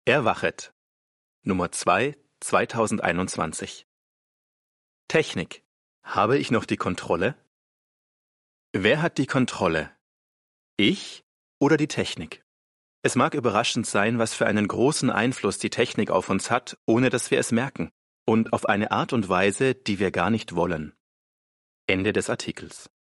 Erwachet. Nummer 2, 2021. Technik. Habe ich noch die Kontrolle? Wer hat die Kontrolle? Ich oder die Technik? Es mag überraschend sein, was für einen großen Einfluss die Technik auf uns hat, ohne dass wir es merken, und auf eine Art und Weise, die wir gar nicht wollen. Ende des Artikels.